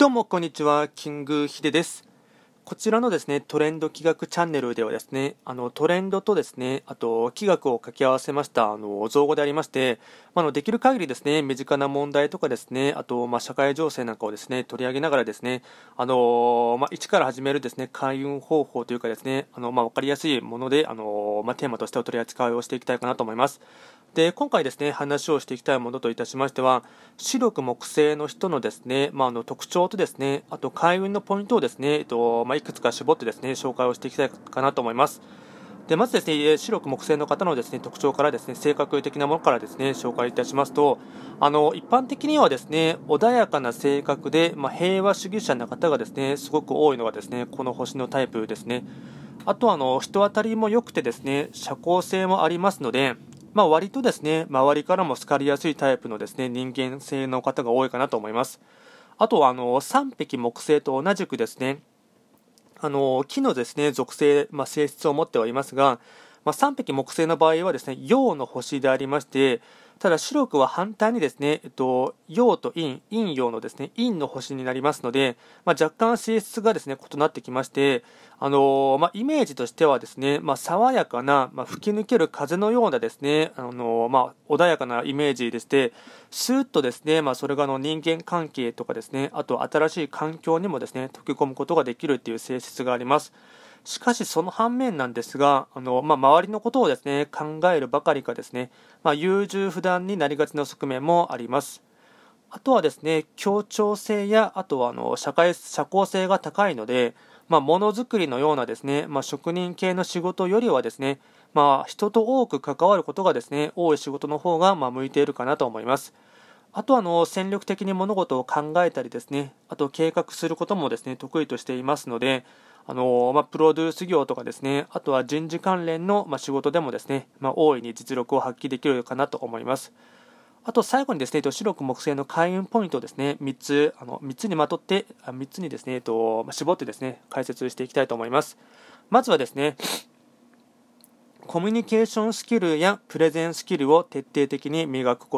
どうもこんにちは、キングヒデです。こちらのですね、トレンド企画チャンネルではですね、トレンドとですね、あと企画を掛け合わせました造語でありまして、できる限りですね、身近な問題とかですね、あと社会情勢なんかをですね、取り上げながらですね、一から始めるですね、開運方法というかですね、わかりやすいものでテーマとしてお取り扱いをしていきたいかなと思います。で今回ですね話をしていきたいものといたしましては、四緑木星の人のですね、特徴とですね、あと開運のポイントをですね、いくつか絞ってですね紹介をしていきたいかなと思います。でまずですね、四緑木星の方のですね特徴からですね、性格的なものからですね紹介いたしますと、一般的にはですね穏やかな性格で、平和主義者な方がですねすごく多いのがですねこの星のタイプですね。あと人当たりも良くてですね社交性もありますので、割とですね周りからも好かれやすいタイプのですね人間性の方が多いかなと思います。あとは三匹木星と同じくですね木のですね属性、性質を持ってはいますが、三匹木星の場合はですね陽の星でありまして、ただ白くは反対にですね、陽と陰陽のですね陰の星になりますので、若干性質がですね異なってきまして、イメージとしてはですね、爽やかな、吹き抜ける風のようなですね、穏やかなイメージでして、スーッとですね、それが人間関係とかですね、あと新しい環境にもですね溶け込むことができるという性質があります。しかしその反面なんですが、周りのことをですね考えるばかりかですね、優柔不断になりがちな側面もあります。あとはですね協調性や、あとは社交性が高いので、ものづくりのようなですね、職人系の仕事よりはですね、人と多く関わることがですね多い仕事の方が向いているかなと思います。あとは戦略的に物事を考えたりですね、あと計画することもですね得意としていますので、プロデュース業とかですね、あとは人事関連の仕事でもですね、大いに実力を発揮できるかなと思います。あと最後にですね、四緑木星の開運ポイントをですね、3つにまとって、3つにですね、絞ってですね、解説していきたいと思います。まずはですね、コミュニケーションスキルやプレゼンスキルを徹底的に磨くこと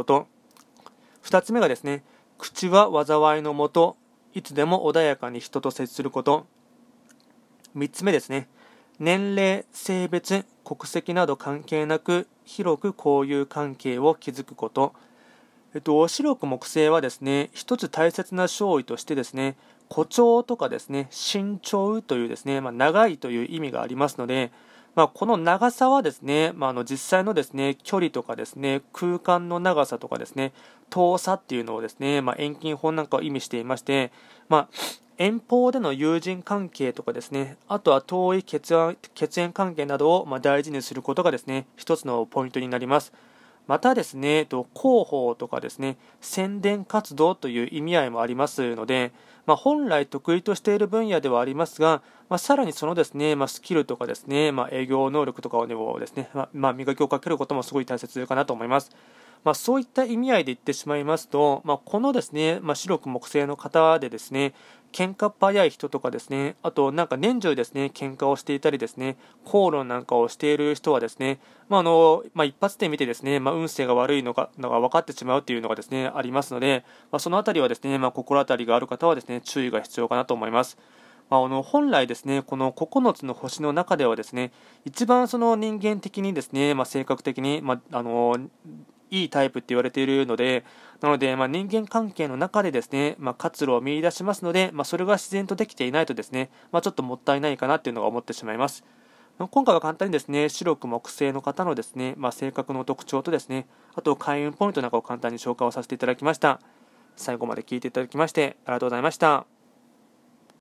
。2つ目がですね、口は災いのもと、いつでも穏やかに人と接すること。3つ目ですね、年齢、性別、国籍など関係なく広く交友関係を築くこと。四緑木星はですね、一つ大切な勝利としてですね、誇張とかですね、慎重というですね、長いという意味がありますので、この長さはですね、実際のですね、距離とかですね、空間の長さとかですね、遠さっていうのをですね、遠近法なんかを意味していまして、遠方での友人関係とかですね、あとは遠い血縁関係などを大事にすることがですね、一つのポイントになります。またですね、広報とかですね、宣伝活動という意味合いもありますので、本来得意としている分野ではありますが、さらにそのですね、スキルとかですね、営業能力とかにもですね、磨きをかけることもすごい大切かなと思います。そういった意味合いで言ってしまいますと、このですね、白く木星の方でですね、喧嘩っ早い人とかですね、あと年中ですね、喧嘩をしていたりですね、口論なんかをしている人はですね、一発で見てですね、運勢が悪いのが分かってしまうというのがですね、ありますので、そのあたりはですね、心当たりがある方はですね、注意が必要かなと思います。本来ですね、この9つの星の中ではですね、一番その人間的にですね、性格的に、いいタイプって言われているので、なので、人間関係の中でですね、活路を見出しますので、それが自然とできていないとですね、ちょっともったいないかなっていうのが思ってしまいます。今回は簡単にですね、白く木星の方のですね、性格の特徴とですね、あと開運ポイントなんかを簡単に紹介をさせていただきました。最後まで聞いていただきましてありがとうございました。